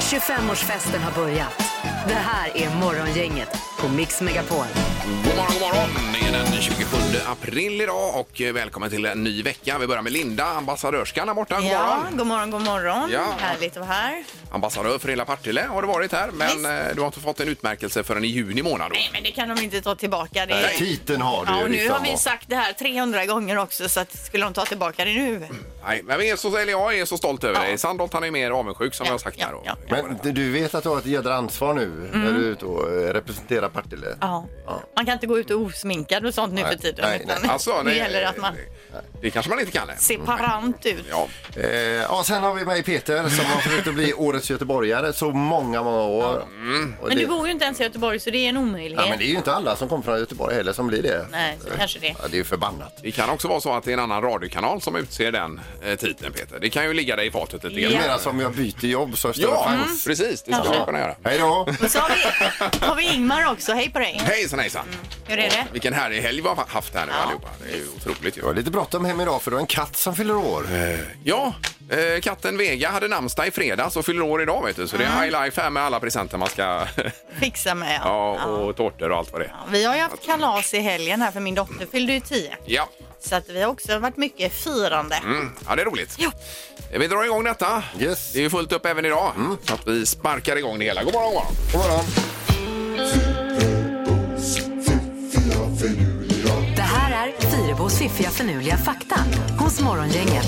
25-årsfesten har börjat. Det här är Morgongänget på Mix Megapol. God morgon. Det är den 27 april idag och välkommen till en ny vecka. Vi börjar med Linda, ambassadörskan där borta. God morgon. God morgon. Ja. Härligt att vara här. Ambassadör för hela Partille har du varit här, men du har inte fått en utmärkelse förrän i juni månad. Då. Nej, men det kan de inte ta tillbaka. Det Titeln har du ja, och nu liksom. har vi sagt det här 300 gånger också, så att skulle de ta tillbaka det nu? Nej, men jag är så stolt över dig. Sandholt, han är mer avundsjuk som jag har sagt här. Då. Ja. Men du vet att du har ett jädra ansvar nu när du är ute och representerar Partille. Ja. Man kan inte gå ut och osminkad och sånt nu för tiden. Nej. Utan Alltså, det gäller att man det kanske man inte kan. ser parant ut. Ja. Sen har vi mig Peter som har försökt att bli årets göteborgare så många år. Men du bor ju inte ens i Göteborg, så det är en omöjlighet. Ja, men det är ju inte alla som kommer från Göteborg heller som blir det. Nej, kanske det. Ja, det är ju förbannat. Det kan också vara så att det är en annan radiokanal som utser den titeln, Peter. Det kan ju ligga dig i fatet lite Det är mer som jag byter jobb så större chans. Precis. Det ska man kunna göra. Hej då! Och så har vi Ingmar också. Hej på dig. Hejsan, hejsan. Hur är det? Vilken härlig helg vi har haft här nu allihopa. Det är ju otroligt. Jag har lite bråttom hem idag för du har en katt som fyller år. Ja, katten Vega hade namnsdag i fredags och fyller år idag, vet du. Så det är high life här med alla presenter man ska Fixa med. och tårtor och allt vad det är. Ja, vi har ju haft kalas i helgen här för min dotter fyllde ju 10. Ja. Så att vi har också varit mycket firande. Ja, det är roligt. Ja. Vi drar igång detta. Yes. Det är ju fullt upp även idag. Så att vi sparkar igång det hela. God morgon, god morgon. God morgon. Det här är Fyrebos fiffiga förnuliga fakta hos Morgongänget.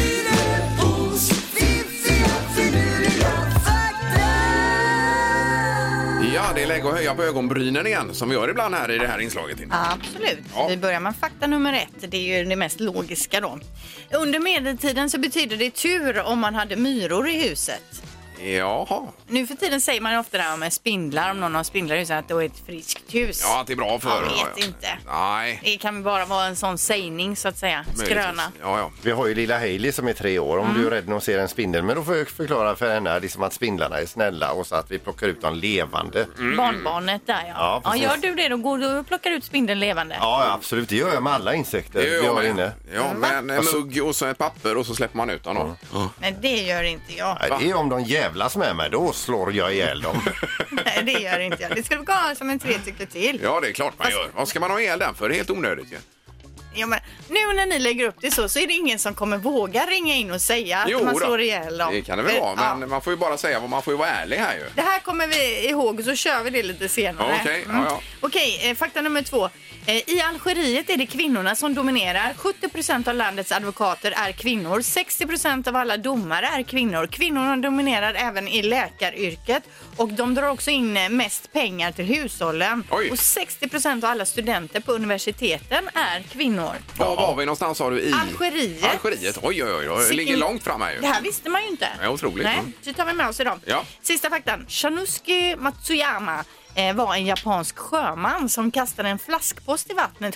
Ja, det är läge att höja på ögonbrynen igen som vi gör ibland här i det här inslaget. Absolut. Ja. Vi börjar med fakta nummer 1. Det är ju det mest logiska då. Under medeltiden så betyder det tur om man hade myror i huset. Jaha. Nu för tiden säger man ofta det här med spindlar. Om någon har spindlar i huset att det är ett friskt hus. Ja, att det är bra för... Jag vet inte. Nej. Det kan bara vara en sån sägning så att säga. Skröna. Ja. Vi har ju lilla Hailey som är 3 år. Om du är rädd när hon ser en spindel. Men då får jag förklara för henne liksom att spindlarna är snälla och så att vi plockar ut dem levande. Barnbarnet där, Ja, precis. gör du det då? Går du och plockar ut spindeln levande? Ja, absolut. Det gör jag med alla insekter Det gör vi jag har med. inne. Ja, med en mugg och så ett papper och så släpper man ut dem då. Nej, det gör inte jag. Nej, det är om de jävlas med mig. Då slår jag ihjäl dem. Nej, det gör inte jag. Det skulle gå som en 3 stycken till. Ja, det är klart man gör. Vad ska man ha ihjäl den för? Det är helt onödigt ju. Ja, men nu när ni lägger upp det så är det ingen som kommer våga ringa in och säga att man slår ihjäl dem. Det kan det väl vara, men man får ju bara säga vad man får ju vara ärlig här ju. Det här kommer vi ihåg och så kör vi det lite senare. Okej, ja. Okej, fakta nummer 2. I Algeriet är det kvinnorna som dominerar. 70% av landets advokater är kvinnor. 60% av alla domare är kvinnor. Kvinnorna dominerar även i läkaryrket. Och de drar också in mest pengar till hushållen. Oj. Och 60% av alla studenter på universiteten är kvinnor. Var var vi någonstans sa du? I Algeriet. Algeriet, oj. Det ligger långt fram här ju. Det här visste man ju inte. Ja, otroligt. Nej, så tar vi med oss idag. Ja. Sista faktan. Shanusuke Matsuyama var en japansk sjöman som kastade en flaskpost i vattnet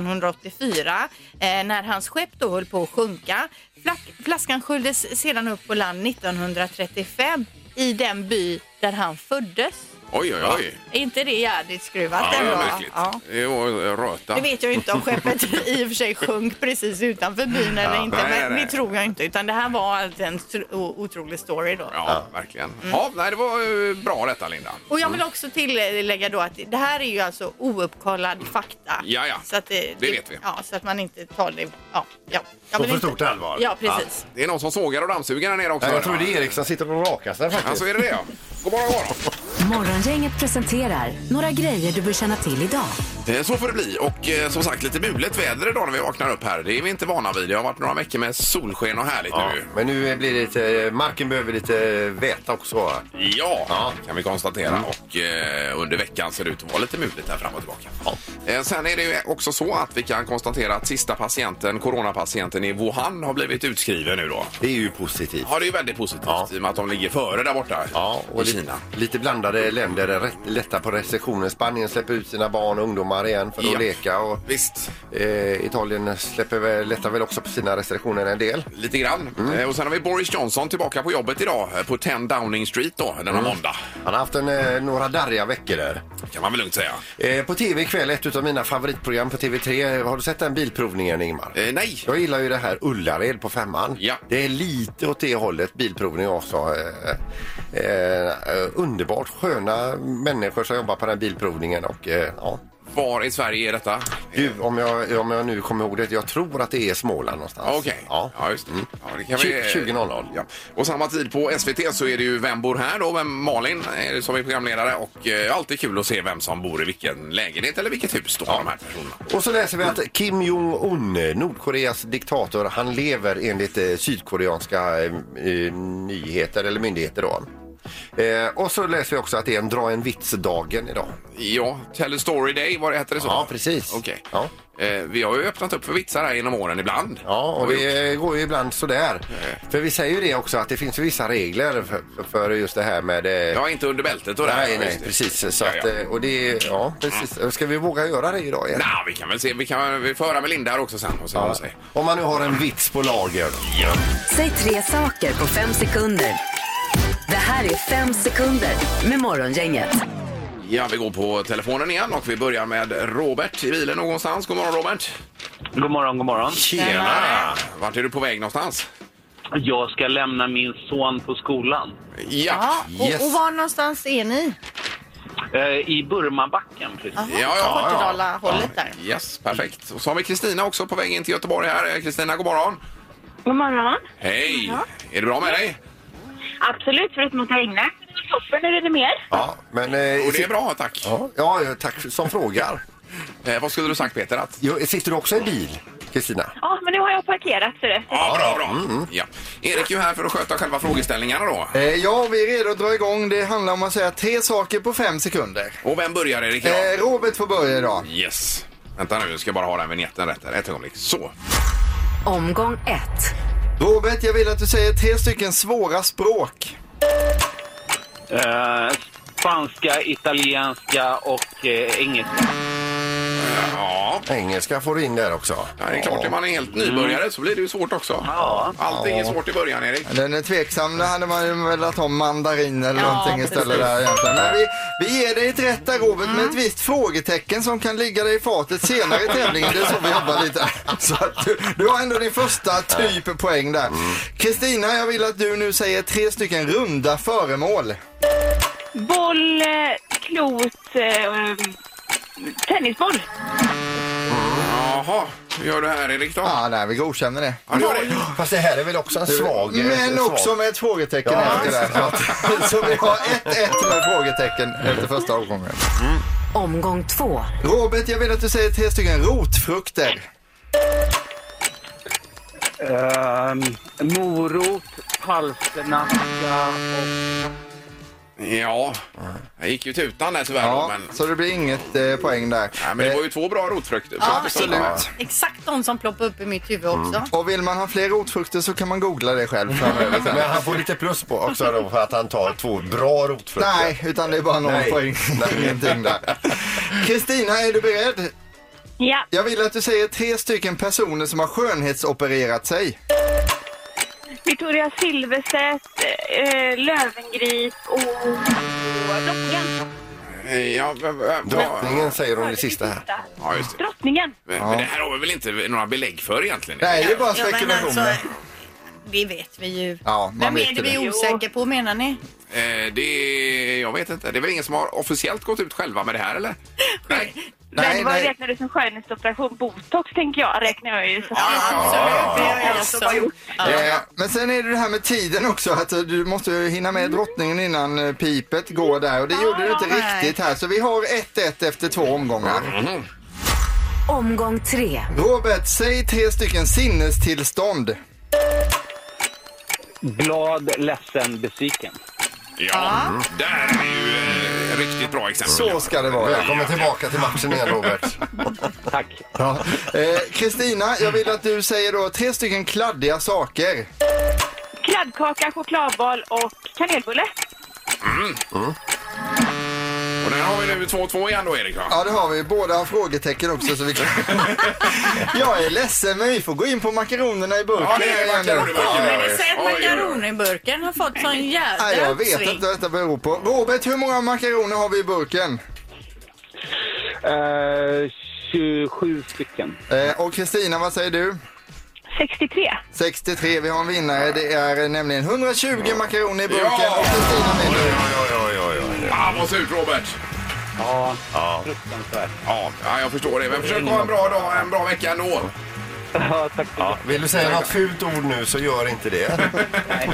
1784 när hans skepp då höll på att sjunka. Flaskan sköljdes sedan upp på land 1935 i den by där han föddes. Oj. Är inte det jävligt skruvat Ja, ändå? verkligt. Ja. Det är röta. Det vet jag inte om skeppet i och för sig sjönk precis utanför byn eller inte. Nej. Men det tror jag inte. Utan det här var en otrolig story då. Ja, verkligen. Ja, nej, det var bra detta, Linda. Och jag vill också tillägga då att det här är ju alltså ouppkollad fakta. Ja. Så att det vet vi. Ja, så att man inte tar det... Ja. Så för stort allvar. Ja, precis. Det är någon som sågar och dammsuger här nere också. Ja, jag tror det är Erik som sitter och rakar sig faktiskt. Alltså är det det? God morgon. Morgongänget presenterar några grejer du bör känna till idag. Så får det bli. Och som sagt, lite mulet väder idag när vi vaknar upp här. Det är vi inte vana vid. Det har varit några veckor med solsken och härligt nu. Men nu blir det lite, marken behöver lite väta också. Ja, kan vi konstatera. Och under veckan ser det ut att vara lite muligt här fram och tillbaka. Sen är det ju också så att vi kan konstatera att sista patienten, coronapatienten i Wuhan har blivit utskriven nu då. Det är ju positivt. Ja, det är ju väldigt positivt i och med att de ligger före där borta Och i Kina. lite blandade länder är lätta på restriktioner. Spanien släpper ut sina barn och ungdomar sommar igen för att leka. Och, visst. Italien lättar väl också på sina restriktioner en del. Lite grann. Och sen har vi Boris Johnson tillbaka på jobbet idag på 10 Downing Street då, denna måndag. Han har haft några darriga veckor där. Kan man väl lugnt säga. På tv ikväll, ett av mina favoritprogram på TV3. Har du sett den bilprovningen, Ingmar? Nej. Jag gillar ju det här Ullared på 5:an. Ja. Det är lite åt det hållet, bilprovning också. Underbart sköna människor som jobbar på den bilprovningen och ja. Var i Sverige är detta? Du, om jag nu kommer ihåg det, jag tror att det är Småland någonstans. Okej. Ja, just det. Ja, det kan 20.00. Ja. Och samma tid på SVT så är det ju Vem bor här då? Malin är det som är programledare och alltid kul att se vem som bor i vilken lägenhet eller vilket hus då de här personerna. Och så läser vi att Kim Jong-un, Nordkoreas diktator, han lever enligt sydkoreanska nyheter eller myndigheter då. Och så läser vi också att det är en dra en vits-dagen idag. Ja, Tell a Story Day, vad det heter det så? Ja, precis. Okej. Ja. Vi har ju öppnat upp för vitsar här genom åren ibland. Ja, och vi går ju ibland sådär. För vi säger ju det också att det finns vissa regler för just det här med... Ja, inte under bältet och det här. Nej, precis. Så att, och det, ja, precis. Ska vi våga göra det idag igen? Nej, vi kan väl se. Vi får höra med Linda här också sen. Och se vad hon säger. Om man nu har en vits på lager. Ja. Säg 3 saker på 5 sekunder. Det här är 5 sekunder med Morgongänget. Ja, vi går på telefonen igen och vi börjar med Robert i bilen någonstans. God morgon, Robert. God morgon, god morgon. Tjena! Vart är du på väg någonstans? Jag ska lämna min son på skolan. Ja. Och var någonstans är ni? I Burmabacken, precis. Kortedala-hållet där. Yes, perfekt. Och så har vi Kristina också på väg in till Göteborg här. Kristina, god morgon. God morgon. Hej! Är det bra med dig? Absolut, förutom att regna. Toppen, är det mer? Ja, men... Och det är bra, tack. Ja, tack som frågar. Vad skulle du sagt, Peter? Att... Sitter du också i bil, Kristina? Ja, men nu har jag parkerat så det. Ja, bra. Ja. Erik är ju här för att sköta själva frågeställningarna då. Ja, vi är redo att dra igång. Det handlar om att säga 3 saker på 5 sekunder. Och vem börjar, Erik? Robert får börja idag. Yes. Vänta nu, jag ska bara ha den vignetten rätt här. Ett ögonblick. Så. Omgång 1. Robert, jag vill att du säger 3 stycken svåra språk. Spanska, italienska och engelska. Ja. Engelska får du in där också. Ja, det är klart, är man är helt nybörjare så blir det ju svårt också. Ja. Allting är svårt i början, Erik. Den är tveksam. Det hade man ju velat ha mandarin eller någonting istället där egentligen. Men vi ger dig ett rätt där, Robert, med ett visst frågetecken som kan ligga dig i fatet senare i tävlingen. Det är så vi jobbar lite. Så att du har ändå din första typ poäng där. Kristina, jag vill att du nu säger 3 stycken runda föremål. Boll, klot, tennisboll. Jaha, hur gör du här, Erik då? Ja, nej, vi godkänner det. Ja, du gör det. Fast det här är väl också en svag... Men också med ett frågetecken efter det. Så vi har 1-1 med frågetecken efter första omgången. Omgång 2. Robert, jag vill att du säger 3 stycken rotfrukter. Morot, palsternacka och... Ja, jag gick ju ut utan där tyvärr. Ja, Men... så det blir inget poäng där. Nej, men det var ju 2 bra rotfrukter. Ja, absolut. Exakt de som ploppar upp i mitt huvud också. Och vill man ha fler rotfrukter så kan man googla det själv framöver. Men han får lite plus på också då för att han tar 2 bra rotfrukter. Nej, utan det är bara 0 poäng. Ingenting där. Kristina, är du beredd? Ja. Jag vill att du säger 3 stycken personer som har skönhetsopererat sig. Victoria Silvstedt, Löwengrip och drottningen. Ja, Drottningen säger hon det sista här. Ja, just det. Drottningen. Men det här har vi väl inte några belägg för egentligen? Nej, det är bara Ja, men spekulationer. alltså, det vet vi ju. Ja, man Vem vet är det det. vi är osäker på, menar ni? Jag vet inte. Det är väl ingen som har officiellt gått ut själva med det här, eller? Nej. Men vad räknar du som skönhetsoperation? Botox tänker jag, räknar jag ju. Absolut, det har jag också gjort. Men sen är det här med tiden också, att du måste hinna med drottningen innan pipet går där, och det gjorde du inte riktigt här, så vi har 1-1 efter 2 omgångar. Omgång 3. Robert, säg 3 stycken sinnestillstånd. Glad, ledsen, besviken. Ja, där är ju riktigt bra exempel. Så ska det vara. Välkommen tillbaka till matchen igen, Robert. Tack. Ja. Kristina, jag vill att du säger då 3 stycken kladdiga saker. Kladdkaka, chokladboll och kanelbulle. Och där har vi nu 2-2 igen då, Erik, va? Ja, det har vi. Båda har frågetecken också. Så vi kan... Jag är ledsen, men vi får gå in på makaronerna i burken. Ja, det är makaroner i burken. Men det säger att makaroner i burken har fått sån jävla Nej, jag vet uppsving. inte vad detta beror på. Robert, hur många makaroner har vi i burken? 27 stycken. Och Kristina, vad säger du? 63. 63, vi har en vinnare. Det är nämligen 120 makaroner i burken. Ja! Och Kristina vinner. Vad surt, Robert. Ja, fruktansvärt. Ja, jag förstår det. Men försök ha en bra dag, en bra vecka ändå. Ja, tack så mycket. Vill du säga något fult ord nu så gör inte det. Nej,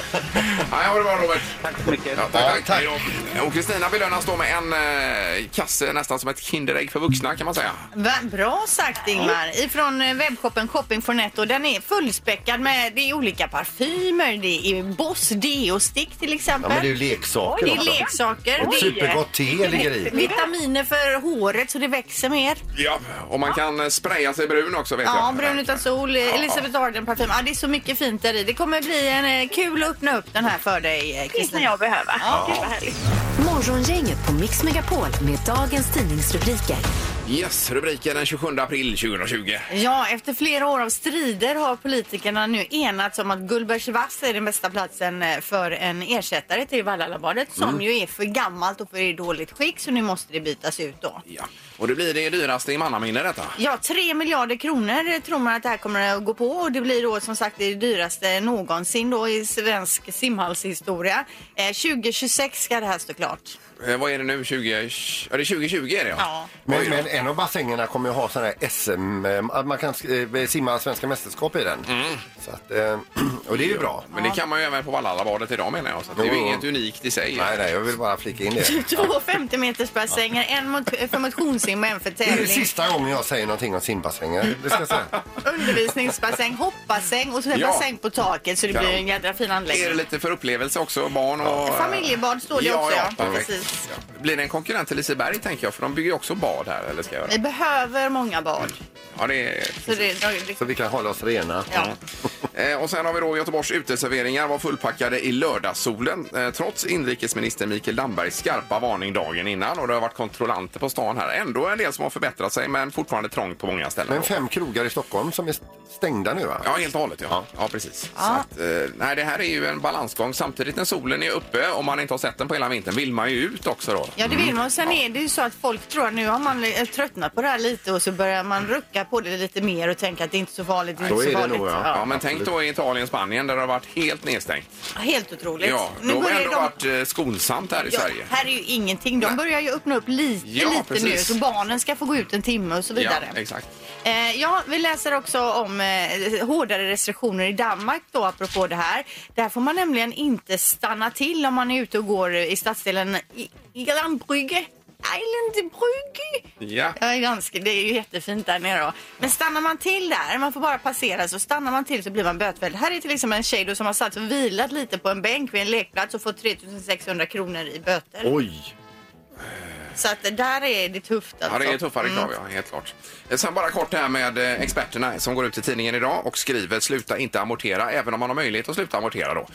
ha det bra, Robert. Tack så mycket. Ja, tack. Hej då. Och Kristina belönas då med en kasse nästan som ett Kinderägg för vuxna, kan man säga. Bra sagt, Ingmar. Ifrån webbshoppen Shopping for Net, och den är fullspäckad med det är olika parfymer, det är Boss Deo-stick till Ja, exempel. men det är ju leksaker Det är också. leksaker. Och Det är supergott te ligger i. vitaminer för håret så det växer mer. Ja, och man kan spraya sig brun också, vet Ja, jag. brun utan sol, Elizabeth Arden parfym. Ja, det är så mycket fint där i. Det kommer bli en kul att öppna upp den här för dig, Det kan Kristina. jag behöva. Ja. Det var härligt. Morgongänget på Mix Megapol med dagens tidningsrubriker. Yes, rubriken den 27 april 2020. Ja, efter flera år av strider har politikerna nu enats om att Gullbergsvass är den bästa platsen för en ersättare till Vallalabadet som ju är för gammalt och för i dåligt skick, så nu måste det bytas ut då. Ja, och det blir det dyraste i mannaminne detta. Ja, 3 miljarder kronor tror man att det här kommer att gå på, och det blir då som sagt det dyraste någonsin då i svensk simhallshistoria. 2026 ska det här stå klart. Vad är det nu? 2020 är det, ja. Ja. Men en av bassängerna kommer ju ha sån här SM, att man kan simma svenska mästerskap i den. Så att, och det är ju bra. Men det kan man ju även på Vallalabadet idag, menar jag. Så att det är ju inget unikt i sig. Nej, jag vill bara flika in det. 2 50-meters bassänger, en för motionssim och en för Det är tävling. sista gången jag säger någonting om simbassänger. Det ska jag säga. Undervisningsbassäng, hoppbassäng och så en Ja. bassäng på taket, så det blir en jädra fin Är det anläggning. lite för upplevelse också? Barn och... Familjebad står det också, ja. perfekt. Precis. Ja. Blir det en konkurrent till Liseberg, tänker jag? För de bygger ju också bad här, eller ska jag göra? Vi behöver många bad. Ja, det är... Så det, Så vi kan hålla oss rena. ja. Och sen har vi då Göteborgs uteserveringar var fullpackade i lördagssolen trots inrikesminister Mikael Dambergs skarpa varning dagen innan, och det har varit kontrollanter på stan här. Ändå en del som har förbättrat sig, men fortfarande trångt på många ställen. Men 5 krogar i Stockholm som är stängda nu, va? Ja, helt och hållet, ja. Ja, precis. Så att, nej, det här är ju en balansgång. Samtidigt när solen är uppe, om man inte har sett den på hela vintern, vill man ju ut också då. Ja, det vill man. Och sen är det ju så att folk tror att nu har man tröttnat på det här lite, och så börjar man rucka på det lite mer och tänka att det är inte så farligt. Det är Så inte så är det farligt. nog, ja. Ja, men tänk då i Italien, Spanien, där det har varit helt nedstängt. Helt otroligt. Ja, Nu då har börjar ändå varit skonsamt här i Ja, Sverige. här är ju ingenting. De Nej. börjar ju öppna upp lite nu, precis. så barnen ska få gå ut en timme och så vidare. Ja, exakt. Ja, vi läser också om hårdare restriktioner i Danmark då, apropå det här. Där får man nämligen inte stanna till om man är ute och går i stadsdelen i Landbrygge. Islandbrygge. Ja. Det är ju jättefint där nere då. Men stannar man till där, man får bara passera, så stannar man till så blir man bötfälld. Här är till exempel en tjej då som har satt och vilat lite på en bänk vid en lekplats och fått 3600 kronor i böter. Oj! Så att där är det tufft alltså. Ja, det är tuffare krav, ja, helt klart. Sen bara kort här med experterna som går ut i tidningen idag och skriver: sluta inte amortera, även om man har möjlighet att sluta amortera då.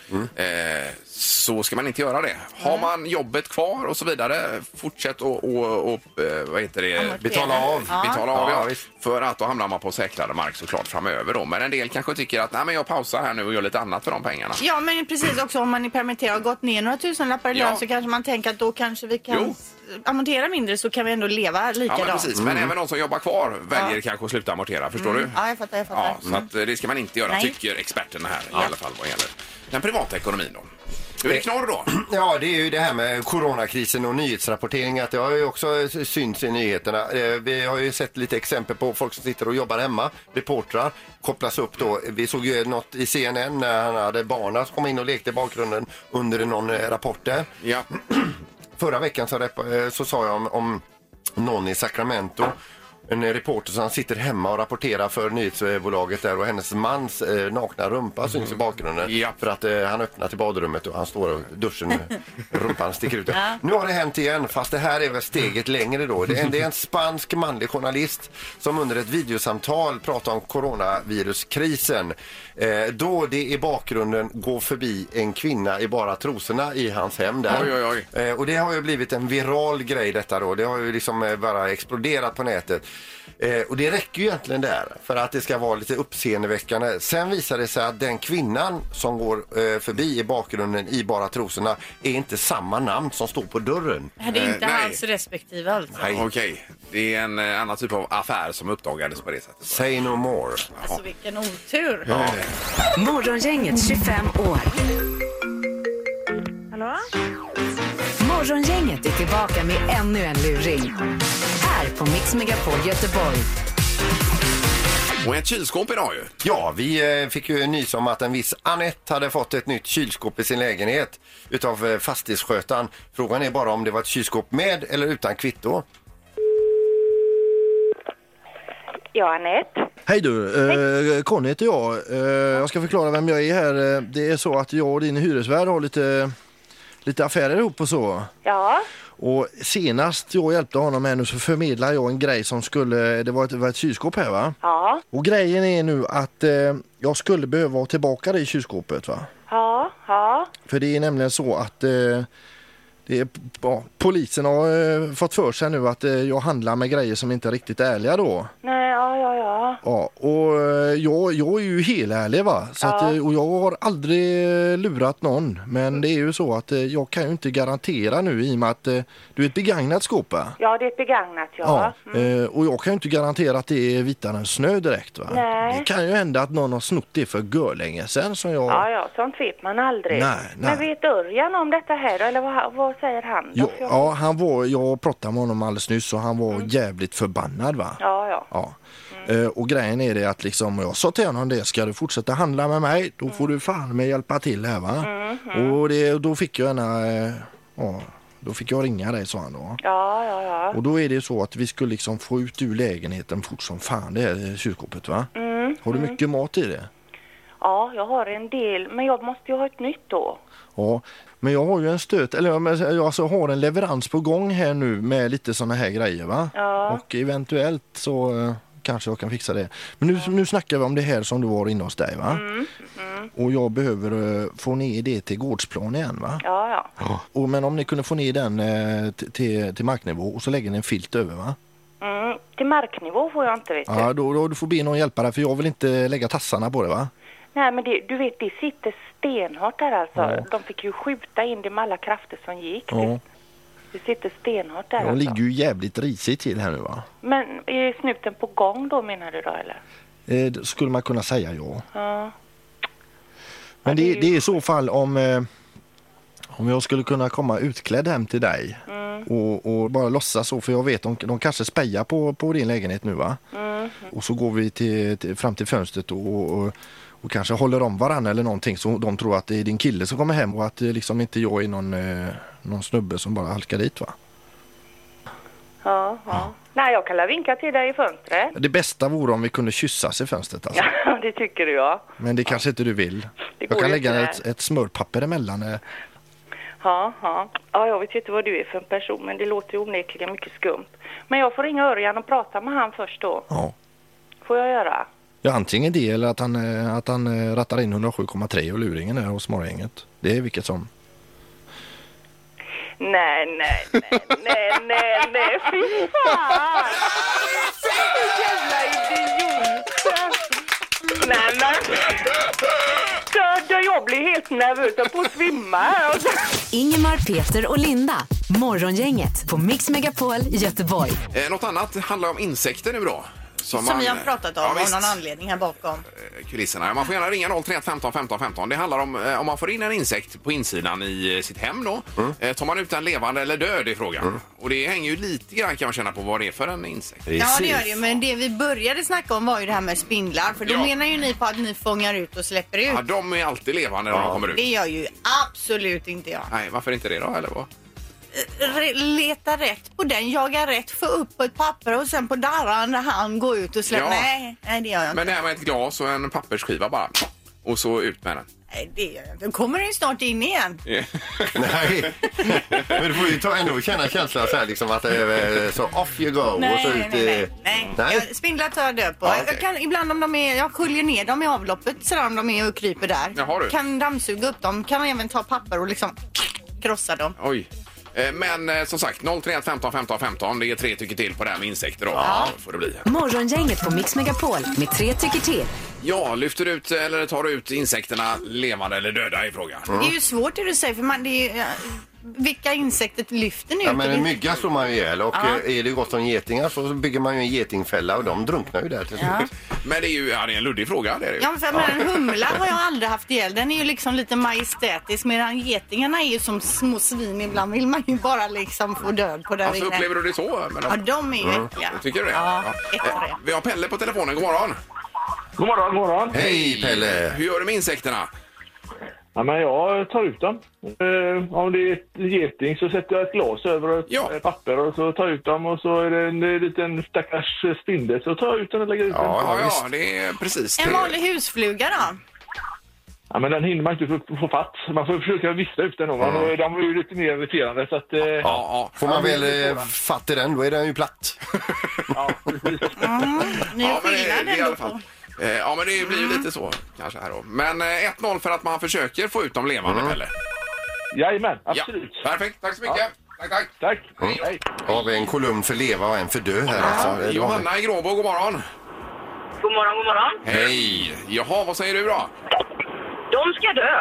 Så ska man inte göra det. Har man jobbet kvar och så vidare, fortsätt och vad heter det? Amortera. Betala av. Betala av, Ja, ja. visst. För att då hamnar man på säkrare mark såklart framöver då. Men en del kanske tycker att nej, men jag pausar här nu och gör lite annat för de pengarna. Ja, men precis också om man är permitterad och gått ner några tusenlappar i lön, Ja. så kanske man tänker att då kanske vi kan amortera mindre, så kan vi ändå leva Ja, likadant. men precis. Men även de som jobbar kvar väljer kanske att sluta amortera, förstår du? Ja, jag fattar. Ja, så att det ska man inte göra, Nej. tycker experterna här i alla fall vad gäller den privata ekonomin då. Hur är det knorr då? Ja, det är ju det här med coronakrisen och nyhetsrapportering, att det har ju också synts i nyheterna. Vi har ju sett lite exempel på folk som sitter och jobbar hemma, reportrar, kopplas upp då. Vi såg ju något i CNN när han hade barnen som kom in och lekte i bakgrunden under någon rapport där. Ja. Förra veckan så sa jag om någon i Sacramento. en reporter som sitter hemma och rapporterar för nyhetsbolaget där och hennes mans nakna rumpa syns i bakgrunden. Ja. För att han öppnar till badrummet och han står och duschen, rumpan sticker ut. Nu har det hänt igen, fast det här är väl steget längre då. Det är en spansk manlig journalist som under ett videosamtal pratar om coronaviruskrisen. Då det i bakgrunden går förbi en kvinna i bara trosorna i hans hem där. Oj. Och det har ju blivit en viral grej detta då. Det har ju liksom bara exploderat på nätet. Och det räcker ju egentligen där för att det ska vara lite uppseendeväckande. Sen visar det sig att den kvinnan som går förbi i bakgrunden i bara trosorna är inte samma namn som står på dörren. Det är inte nej. hans respektive alltså. Nej. Okej, det är en annan typ av affär som uppdagades på det sättet. Say no more. Alltså vilken otur. Morgongänget 25 år. Hallå? Morgongänget är tillbaka med ännu en luring. Här på Mix Megapol Göteborg. Och ett kylskåp idag ju. Ja, vi fick ju nys om att en viss Annette hade fått ett nytt kylskåp i sin lägenhet utav fastighetsskötaren. Frågan är bara om det var ett kylskåp med eller utan kvitto. Ja, Anette. Hej du, Conny heter jag. Jag ska förklara vem jag är här. Det är så att jag och din hyresvärd har lite affärer ihop och så. Ja. Och senast jag hjälpte honom här nu så förmedlade jag en grej som det var ett kylskåp här va? Ja. Och grejen är nu att jag skulle behöva ha tillbaka det i kylskåpet va? Ja. För det är nämligen så att polisen har fått för sig nu att jag handlar med grejer som inte är riktigt ärliga då. Nej, ja. Ja, och jag är ju helärlig va, så att, och jag har aldrig lurat någon, men det är ju så att jag kan ju inte garantera nu i och med att du är ett begagnat skåp va? Ja, det är ett begagnat, ja. Och jag kan ju inte garantera att det är vitare än snö direkt va? Nej. Det kan ju hända att någon har snott det för görlänge sedan som jag... Ja, sånt vet man aldrig. Nej. Men vet Örjan om detta här då, eller vad säger han då? Jag pratade med honom alldeles nyss och han var jävligt förbannad va? Ja. Och grejen är det att liksom, jag sa till honom det, ska du fortsätta handla med mig då får du fan med hjälpa till här va? Och då fick jag då fick jag ringa dig, sa han då. Ja. Och då är det så att vi skulle liksom få ut ur lägenheten fort som fan det här kylskåpet va? Har du mycket mat i det? Ja, jag har en del, men jag måste ju ha ett nytt då. Ja, men jag har ju en jag har en leverans på gång här nu med lite såna här grejer va? Ja. Och eventuellt så kanske jag kan fixa det. Men nu snackar vi om det här som du var inne hos dig va? Och jag behöver få ner det till gårdsplan igen va? Ja. Men om ni kunde få ner den till marknivå och så lägger ni en filt över va? Till marknivå får jag inte, vet du. Ja, då du får be någon hjälpa dig för jag vill inte lägga tassarna på det va? Nej, men du vet, det sitter stenhårt där alltså. Ja. De fick ju skjuta in det med alla krafter som gick. Ja. Det sitter stenhårt där De alltså. ligger ju jävligt risigt till här nu va? Men är snuten på gång då, menar du då, eller? Det skulle man kunna säga ja. Ja. Men det är i så fall om jag skulle kunna komma utklädd hem till dig och bara låtsas så, för jag vet de kanske spejar på din lägenhet nu va? Och så går vi fram till fönstret och kanske håller om varann eller någonting så de tror att det är din kille som kommer hem och att liksom inte jag är någon snubbe som bara halkar dit va? Ja. Nej, jag kan vinka till dig i fönstret. Det bästa vore om vi kunde kyssas i fönstret alltså. Ja, det tycker du ja. Men det kanske inte du vill. Det Jag går kan ju lägga inte. ett smörpapper emellan. Ja, jag vet inte vad du är för en person, men det låter ju onekligen mycket skumt. Men jag får ringa Örjan och prata med han först då. Ja. Får jag göra? Ja, antingen det eller att han rattar in 107,3 och luringen där hos morgongänget. Det är vilket som. Nej, fy fan! Jävla idioter! Nej, men... Jag blir helt nervös, jag på att svimma här. Ingemar, Peter och Linda. Morgongänget på Mix Megapol Göteborg. Något annat handlar om insekter nu då. Som vi har pratat om av någon anledning här bakom. Kulisserna. Man får gärna ringa 031 15 15 15. Det handlar om man får in en insekt på insidan i sitt hem då. Tar man ut en levande eller död i frågan. Och det hänger ju lite grann kan man känna på vad det är för en insekt. Ja, det gör det ju. Men det vi började snacka om var ju det här med spindlar. För då menar ju ni på att ni fångar ut och släpper ut. Ja, de är alltid levande när de kommer ut. Det gör ju absolut inte jag. Nej, varför inte det då? Eller vad? leta rätt på den, jaga rätt, få upp på ett papper och sen på darrande hand gå ut och släppa. Ja. Nej, det gör jag inte. Men det här med ett glas och en pappersskiva bara. Och så ut med den. Nej, det gör jag inte. Då kommer den ju snart in igen. Nej, men du får ju ändå känna känslan så här liksom att så off you go och så ut. Nej. Spindlar tar jag död på. Ja, okay. Jag kan, ibland om jag sköljer ner dem i avloppet så om de är och kryper där. Jaha, du. Kan dammsuga upp dem. Kan även ta papper och liksom krossa dem. Oj. Men som sagt, 031 15 15 15. Det är 3 tycker till på det här med insekter då. Ja. Får det bli. Morgongänget på Mix Megapol med 3 tycker till. Ja, lyfter ut eller tar ut insekterna levande eller döda i frågan. Det är ju svårt det du säger för det är vilka insekter lyfter ni ut? Ja, men en mygga slår man ju ihjäl och är det gott om getingar så bygger man ju en getingfälla och de drunknar ju där till slut. Men det är ju det är en luddig fråga. Det är det ju. Ja, för en humla har jag aldrig haft ihjäl. Den är ju liksom lite majestätisk medan getingarna är ju som små svin. Ibland vill man ju bara liksom få död på där Alltså, inne. upplever du det så? Men Ja, de är ju äckliga. Tycker du det? Ja, Vi har Pelle på telefonen. God morgon. God morgon, god morgon. Hej Pelle! Hur gör du med insekterna? Ja, men jag tar ut dem. Om det är ett geting så sätter jag ett glas över ett papper och så tar jag ut dem och så är det en liten stackars spindel så tar jag ut den och lägger ut den. Ja, det är precis. En vanlig husfluga då? Ja, men den hinner man inte få fatt. Man får försöka vissa ut den. De är ju lite mer irriterande så att... Får man väl fatt i den, då är den ju platt. Ja, precis. Ni är skillnad i alla ändå fall. på. Ja, men det blir ju lite så kanske här då. Men 1-0 för att man försöker få ut dem levande, eller? Jajamän, absolut. Ja, perfekt, tack så mycket. Tack. Tack. Hej. Har vi en kolumn för leva och en för dö här alltså. Johanna i Gråbo, god morgon. God morgon, god morgon. Hej. Jaha, vad säger du då? De ska dö.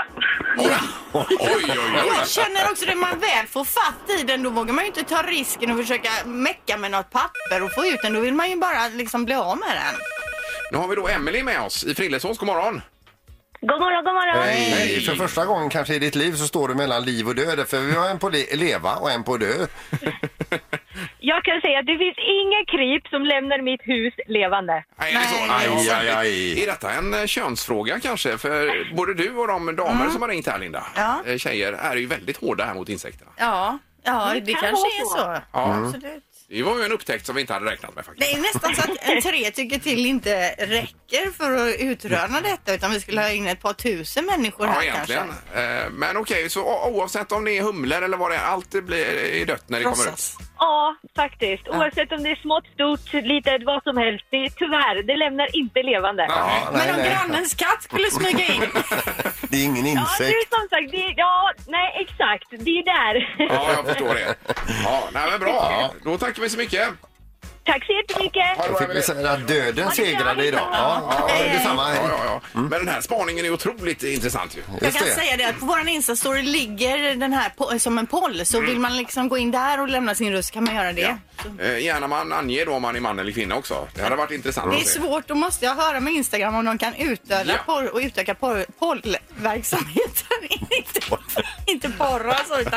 Oj. Jag känner också det, man väl får fatt i den, då vågar man ju inte ta risken och försöka mecka med något papper och få ut den. Då vill man ju bara liksom bli av med den. Nu har vi då Emily med oss i Frillesås. God morgon. God morgon, god morgon. Hej. För första gången kanske i ditt liv så står du mellan liv och död. För vi har en på leva och en på dö. Jag kan säga att det finns inga kryp som lämnar mitt hus levande. Nej, är det så? Aj. Är detta en könsfråga kanske? För både du och de damer som har ringt här, Linda, tjejer, är ju väldigt hårda här mot insekterna. Ja, det kanske är så. Ja. Absolut. Det var ju en upptäckt som vi inte hade räknat med faktiskt. Det är nästan så att en 3 tycker till inte räcker för att utröna detta, utan vi skulle ha in ett par tusen människor här egentligen. kanske. Men okej, så oavsett om det är humlor eller vad det är, allt blir dött när det kommer ut. Ja, faktiskt. Oavsett om det är smått, stort, litet, vad som helst. Tyvärr, det lämnar inte levande. Men om grannens katt skulle smyga in. Det är ingen Ja, insekt. det är som sagt, nej exakt, det är där. Ja, jag förstår det. Ja, nej men bra. Då tackar vi så mycket. Tack så jättemycket. Då fick vi säga att döden segrade idag. Ja, detsamma. Ja. Men den här spaningen är otroligt intressant ju. Jag kan säga det att på våran Insta-story ligger den här som en poll, så vill man liksom gå in där och lämna sin röst kan man göra det. Gärna man anger då om man är man eller kvinna också. Det hade varit intressant. Det är svårt, då måste jag höra med Instagram om de kan utöka pollverksamheten. inte porra så, utan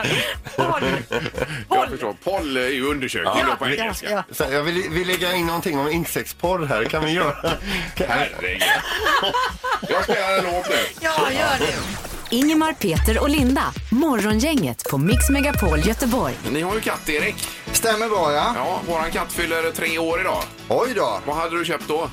Jag förstår. Poll är ju undersökning då på engelska. Ja. Så jag vill lägga in någonting om insektsporr här. Kan vi göra? Herregud. Jag spelar en låt nu. Ja, gör det. Ingemar, Peter och Linda. Morgongänget på Mix Megapol Göteborg. Ni har ju katt, Erik. Stämmer bra, ja. Ja, våran katt fyller 3 år idag. Oj då. Vad hade du köpt då?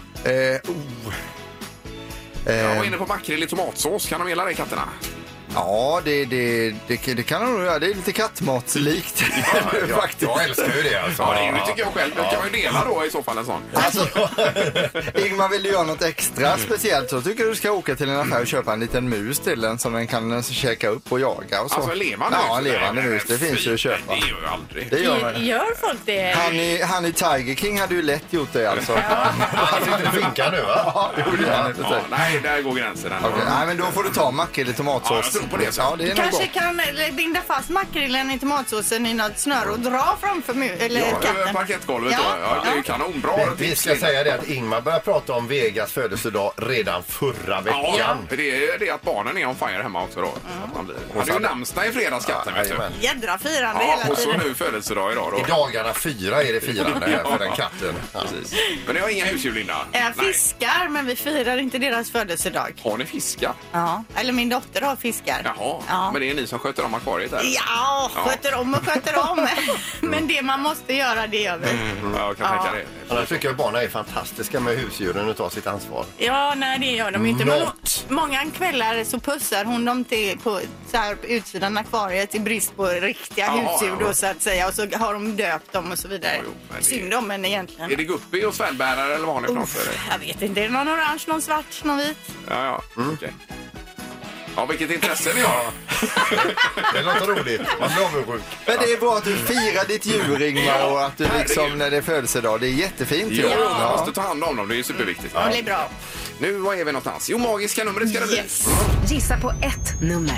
Jag var inne på makrill i tomatsås. Kan de gilla det, katterna? Ja, det kan de nog göra. Det är lite kattmatslikt. Faktiskt. Jag älskar ju det alltså. Ja, det tycker jag själv. Det kan man ju dela då i så fall en sån. Alltså, Ingmar, vill du göra något extra speciellt så tycker du ska åka till en affär och köpa en liten mus till den som den kan käka upp och jaga och så. Alltså en levande mus? Ja, en levande mus. Det finns ju att köpa. Det gör ju aldrig. Det gör man. Gör folk det? Han i Tiger King hade ju lätt gjort det alltså. Han sitter och finkar nu, va? Ja, det gjorde han. Ja, nej, där går gränsen. Okej, nej, men då får du ta makrill i tomatsås. På det, ja, det är nog Kanske gott. kan binda fast makrillen i tomatsåsen i något snöre och dra framför katten. Parkettgolvet då. Ja, det är ju kanonbra. Vi ska säga det att Ingmar började prata om Vegas födelsedag redan förra veckan. Ja, det är det att barnen är on fire hemma också då. Att man blir. Han är ju namnsdag i fredags, katten, vet du. Jädra firande Ja, hela och så tiden. nu födelsedag idag då. I dagarna 4 är det firande här för den katten. Precis. Men det har inga husdjur, Linda. Fiskar, men vi firar inte deras födelsedag. Har ni fiskar? Ja, eller min dotter har fiskar. fiskar. Jaha, Ja. Men det är ni som sköter om akvariet där? Ja, sköter om. Men det man måste göra, det gör vi. Ja, jag kan tänka det. Annars tycker jag barnen är fantastiska med husdjuren och tar sitt ansvar. Ja, nej det gör de inte. Men många kvällar så pussar hon dem till på så här, på utsidan akvariet i brist på riktiga husdjur då, så att säga. Och så har de döpt dem och så vidare. Synd om, men egentligen. Är det guppy och svärdbärare eller vad har ni för något för det? Jag vet inte, är det någon orange, någon svart, någon vit? Ja, okej. Ja, vilket intresse ni har. Det låter roligt. Man blir avundsjuk. Men det är bra att du firar ditt djur, Ingmar, och att du liksom när det är födelsedag. Det är jättefint ju. Ja, man måste ta hand om dem. Det är ju superviktigt. Ja, det är bra. Nu, var är vi någonstans? Jo, magiska numret ska det bli. Yes. Gissa på ett nummer.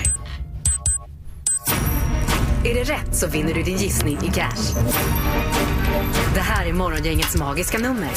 Är det rätt så vinner du din gissning i cash. Det här är Morgongängets magiska nummer.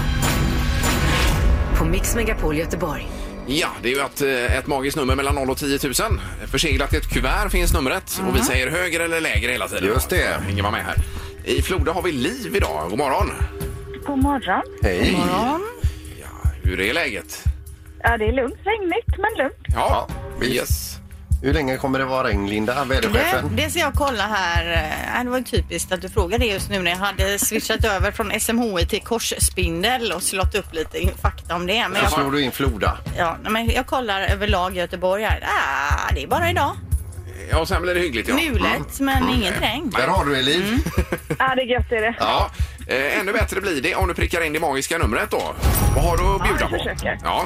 På Mix Megapol Göteborg. Ja, det är ju ett magiskt nummer mellan 0 och 10 000. Förseglat i ett kuvert finns numret. Och vi säger högre eller lägre hela tiden. Just det. Så hänger man med här. I Floda har vi Liv idag. God morgon. God morgon. Hej. Ja, hur är läget? Ja, det är lugnt. Regnigt, men lugnt. Ja, visst. yes. Hur länge kommer det vara regn, Linda, väderchefen? Det ska jag kolla här. Det var typiskt att du frågade det just nu när jag hade switchat över från SMHI till korsspindel och slått upp lite fakta om det. Men Så slår du in Floda. Ja, men jag kollar överlag Göteborg här. Det är bara idag. Ja, och sen blir det hyggligt, ja. Mulet, men inget regn. Där har du Eliv. Ja, det är gött är det. Ja, ännu bättre blir det om du prickar in det magiska numret då. Vad har du att bjuda på? jag försöker. Ja.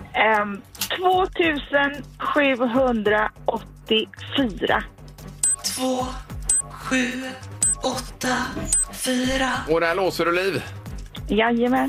2784. 2, 7, 8, 4. Och där låser du Liv. Jajamän.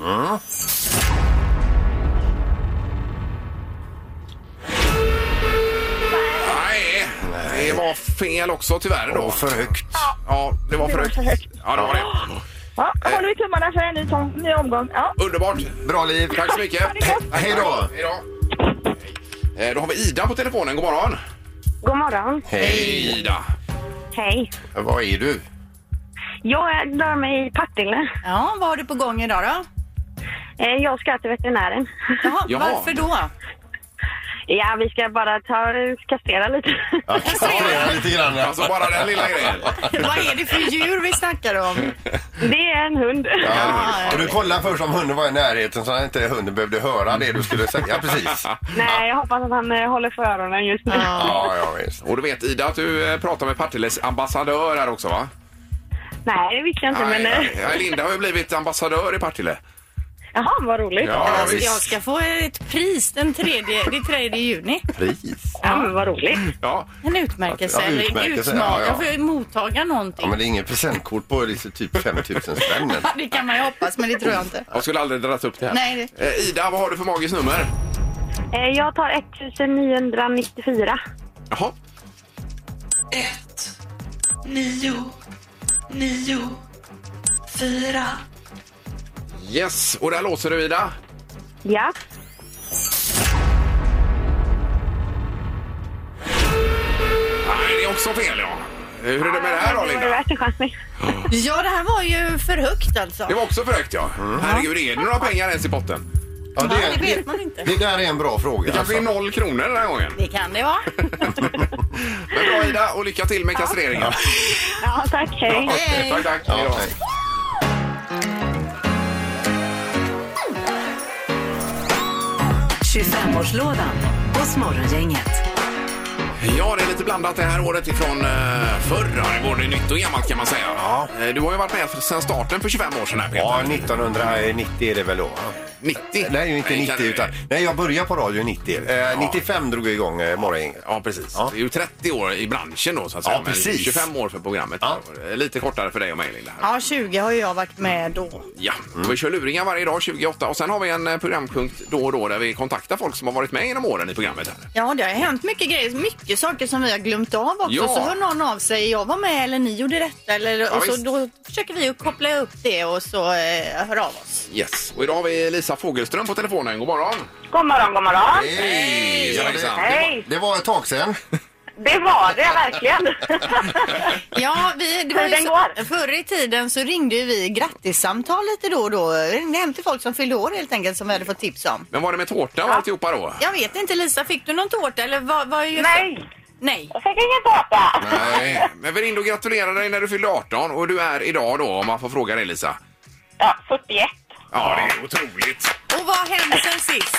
Nej, det var fel också tyvärr då. För högt. Ja, det var för högt. Ja, det var det. Ja, håller vi tummarna för en ny omgång. Ja. Underbart. Bra, Liv. Tack så mycket. Hej då. Hej då. Då har vi Ida på telefonen. God morgon. God morgon. Hej Ida. Hej. Vad är du? Jag rör mig i Partille. Ja, vad har du på gång idag då? Jag ska till veterinären. Jaha. Varför då? Ja, vi ska bara kastrera lite. Ja, kastrera lite grann. Alltså bara den lilla grejen. Vad är det för djur vi snackar om? Det är en hund. Ja. Och du kollar först om hunden var i närheten så att inte hunden behövde höra det du skulle säga. Precis. Nej, jag hoppas att han håller för öronen just nu. Ja, visst. Och du vet Ida att du pratar med Partilles ambassadör här också, va? Nej, det visste jag inte. Ja, Linda har ju blivit ambassadör i Partille. Jaha, vad roligt. Ja, Jag ska få ett pris det 3 juni. Pris. Ja, men vad roligt. Ja. En utmärkelse. Ja, utmärkelse, Utmaga ja. för att mottaga någonting. Ja, men det är inget presentkort på typ 5 000 spänn. Det kan man ju hoppas, men det tror jag inte. Jag skulle aldrig dragit upp det här. Nej. Ida, vad har du för magiskt nummer? Jag tar 1994. Jaha. 1, 9, 9, 4. Yes, och där låser du Ida. Ja. Nej, det är också fel, ja. Hur är det med det här då, Det var Linda? värt en chansning. Ja, det här var ju för högt alltså. Det var också för högt, ja. Herregud, är det några pengar ens i potten? Ja, Det vet man inte. det där är en bra fråga. Det kanske är 0 kronor den här gången. Det kan det vara. Men bra Ida, och lycka till med kastreringen. Ja, tack. Hej. Hej. Tack, tack. Hej då. Ja, hej. $25-årslådan hos Morgongänget. Ja, det är lite blandat det här året ifrån förra. Det var det nytt och gammalt kan man säga. Ja. Du har ju varit med sedan starten för 25 år sedan här, Peter. Ja, 1990 är det väl då. 90? Nej, ju inte 90 utan... Nej, jag började på radio 90. 95 drog jag igång morgongänget. Ja, precis. Ja. Det är ju 30 år i branschen då, så att säga. Ja, precis. 25 år för programmet. Ja. Lite kortare för dig och mig, Linda. Här. Ja, 20 har ju jag varit med då. Ja, vi kör luringar varje dag, 28. Och sen har vi en programpunkt då och då där vi kontaktar folk som har varit med genom åren i programmet här. Ja, det har hänt mycket grejer. Mycket saker som vi har glömt av också. Ja. Så hör någon av sig, jag var med eller ni gjorde detta. Eller, och så visst. då försöker vi att koppla upp det och så hör av oss. Yes. Och idag har vi Lisa Fogelström på telefonen. God morgon. God morgon, god morgon. Hej! Ja, Hej. det var ett tag sedan. Det var det verkligen. Ja, det var ju Den går. förr i tiden så ringde ju vi grattissamtal lite då och då. Vi ringde hem till folk som fyllde år helt enkelt som vi hade fått tips om. Men var det med tårta och alltihopa då? Jag vet inte, Lisa, fick du någon tårta eller vad just Nej. Nej. Jag fick ingen tårta. Nej, men Verindo gratulerar dig när du fyllde 18 och du är idag då, om man får fråga dig Lisa. Ja, 41. Ja, det är otroligt. Och vad hände sen sist?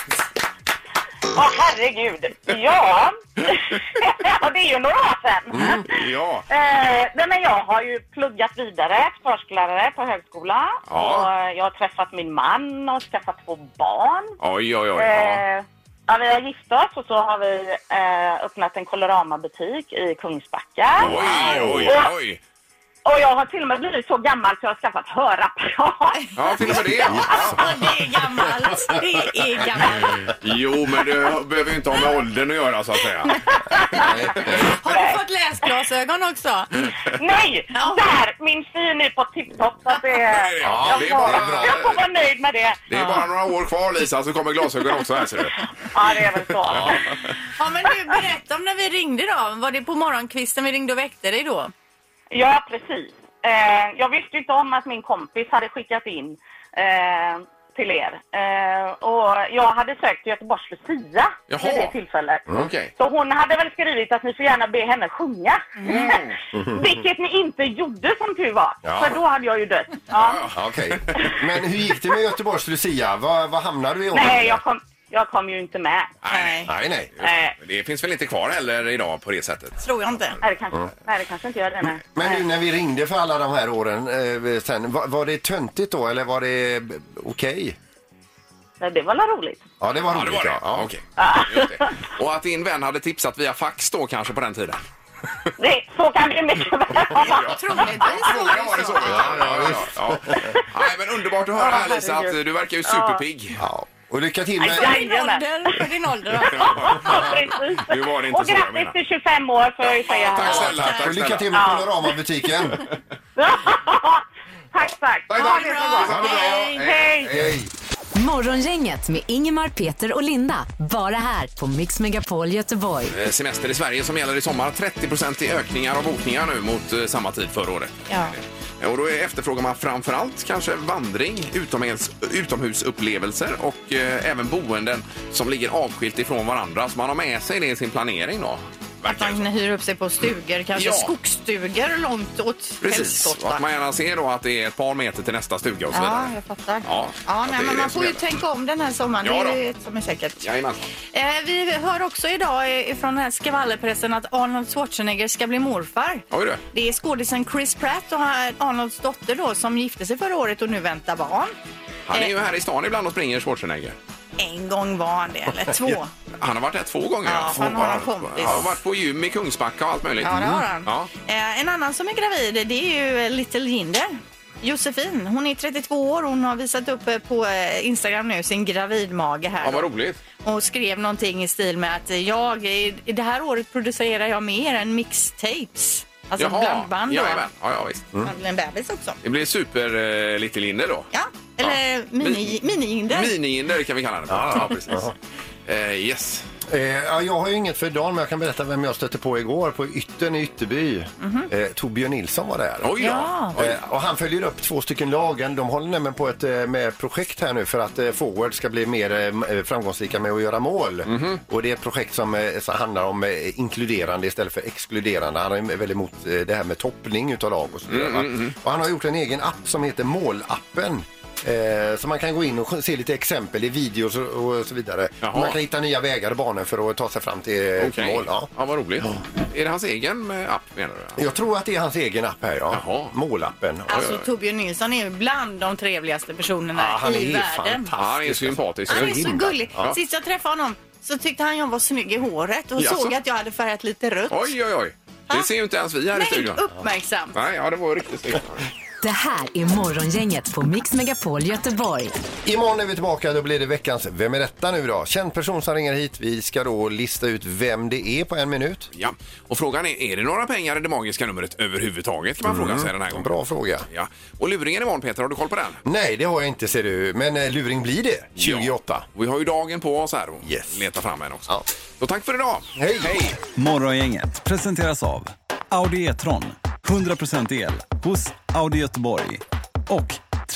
Herregud. Ja. Ja, det är ju några år sedan. Ja. Men jag har ju pluggat vidare förskollärare på högskola. Ja. Och jag har träffat min man och skaffat 2 barn. Oj. Ja. Ja, vi har gift oss och så har vi öppnat en Colorama-butik i Kungsbacka. Oj. Och jag har till och med blivit så gammal så jag har skaffat hörapparat. Ja, till och med det. Ja, det är gammalt. Det är gammalt. Jo, men det behöver ju inte ha med åldern att göra så att säga. Har du fått läsglasögon också? Nej, där! Min syn är på tipptopp så att det är... Ja, det är bara bra. Jag får vara nöjd med det. Det är bara några år kvar, Lisa, så kommer glasögon också här, ser du. Ja, det är väl så. Ja, men du, berätta om när vi ringde då. Var det på morgonkvisten vi ringde och väckte dig då? Ja, precis. Jag visste inte om att min kompis hade skickat in till er. Och jag hade sökt till Göteborgs Lucia vid det tillfället. Okay. Så hon hade väl skrivit att ni får gärna be henne sjunga. Vilket ni inte gjorde som tur var. Ja. För då hade jag ju dött. Ja. Okej. Men hur gick det med Göteborgs Lucia? Vad hamnade du i? Nej, jag kom ju inte med. Nej. Det finns väl inte kvar heller idag på det sättet? Tror jag inte. Nej, det kanske inte gör det. Nej. Men nu när vi ringde för alla de här åren sen, var det töntigt då eller var det okej? Nej, det var roligt. Ja, det var roligt. Det var det. Ja. Okej. Just det. Och att din vän hade tipsat via fax då kanske på den tiden? Så kan det mycket väl vara. Troligtvis. Ja. Nej, men underbart att höra här, Lisa, att du verkar ju superpigg. Ja. Och lycka till med... För din ålder. Precis. Nu var det inte och så jag grattis menar. till 25 år för jag säga här. Tack snälla. Och lycka till med Colorama-butiken. Tack. Ha det bra. Hej. Morgongänget med Ingemar, Peter och Linda. Bara här på Mix Megapol Göteborg. Semester i Sverige som gäller i sommar. 30% i ökningar av bokningar nu mot samma tid förra året. Ja. Och då efterfrågar man framförallt kanske vandring, utomhusupplevelser och även boenden som ligger avskilt ifrån varandra. Så man har med sig det i sin planering då. Att man hyr upp sig på stugor, kanske skogsstugor långt åt. Precis, och att man gärna ser då att det är ett par meter till nästa stuga och så vidare. Ja, jag fattar. Nej, men man får ju tänka om den här sommaren, det är ju som är säkert. Jajamän. Vi hör också idag från den här skvallerpressen att Arnold Schwarzenegger ska bli morfar. Oj då. Det är skådisen Chris Pratt och Arnolds dotter då som gifte sig förra året och nu väntar barn. Han är ju här i stan ibland och springer, Schwarzenegger. En gång var han det, eller 2. Han har varit där 2 gånger. Ja, han har en kompis. Han har varit på gym i Kungsbacka och allt möjligt. Ja, det har han. Ja. En annan som är gravid, det är ju Little Jinder. Josefin, hon är 32 år. Hon har visat upp på Instagram nu sin gravidmage här. Ja, vad roligt. Och skrev någonting i stil med att det här året producerar jag mer än mixtapes. Alltså blandband då. Ja, visst. Det blir en bebis också. Det blir super Little Jinder då. Ja, eller mini-Jinder. Mini-Jinder kan vi kalla det. Ja, precis. Yes. Jag har ju inget för idag, men jag kan berätta vem jag stötte på igår på Yttern i Ytterby. Torbjörn Nilsson var där. Oj då. Och han följer upp 2 stycken lagen. De håller nämligen på ett med projekt här nu för att forward ska bli mer framgångsrika med att göra mål. Och det är ett projekt som handlar om inkluderande istället för exkluderande. Han är väldigt emot det här med toppning utav lag och så vidare. Och han har gjort en egen app som heter Målappen. Så man kan gå in och se lite exempel i videos och så vidare. Man kan hitta nya vägar i banan för att ta sig fram till ett mål. Ja, vad roligt. Är det hans egen app menar du? Jag tror att det är hans egen app här, Målappen. Alltså Torbjörn Nilsson är bland de trevligaste personerna i världen. Han är sympatisk. Han är så gullig. Sist jag träffade honom så tyckte han jag var snygg i håret och såg att jag hade färgat lite rött. Oj. Det ser ju inte ens vi här i studion. Uppmärksamt. Nej, det var riktigt snyggt. Det här är Morgongänget på Mix Megapol Göteborg. Imorgon är vi tillbaka, då blir det veckans Vem är detta nu då? Känd person som ringer hit. Vi ska då lista ut vem det är på 1 minut. Ja, och frågan är det några pengar i det magiska numret överhuvudtaget kan man fråga sig den här gången. Bra fråga. Ja. Och luringen imorgon, Peter, har du koll på den? Nej, det har jag inte, ser du. Men luring blir det, 28. Ja. Vi har ju dagen på oss här och leta fram en också. Ja. Så tack för idag. Hej! Morgongänget presenteras av Audi E-tron. 100% el hos Audi Göteborg och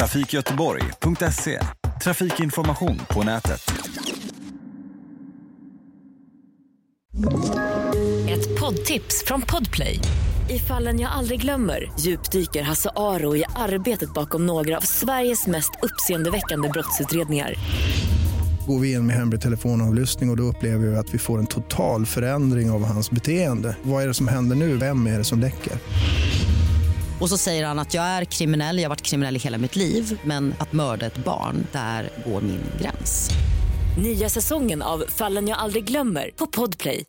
trafikgöteborg.se. Trafikinformation på nätet. Ett tips från Podplay. I Fallen jag aldrig glömmer djupdyker Hasse Aro i arbetet bakom några av Sveriges mest uppseendeväckande brottsutredningar. Går vi in med hemlig telefonavlyssning och då upplever vi att vi får en total förändring av hans beteende. Vad är det som händer nu? Vem är det som läcker? Och så säger han att jag är kriminell, jag har varit kriminell i hela mitt liv. Men att mörda ett barn, där går min gräns. Nya säsongen av Fallen jag aldrig glömmer på Podplay.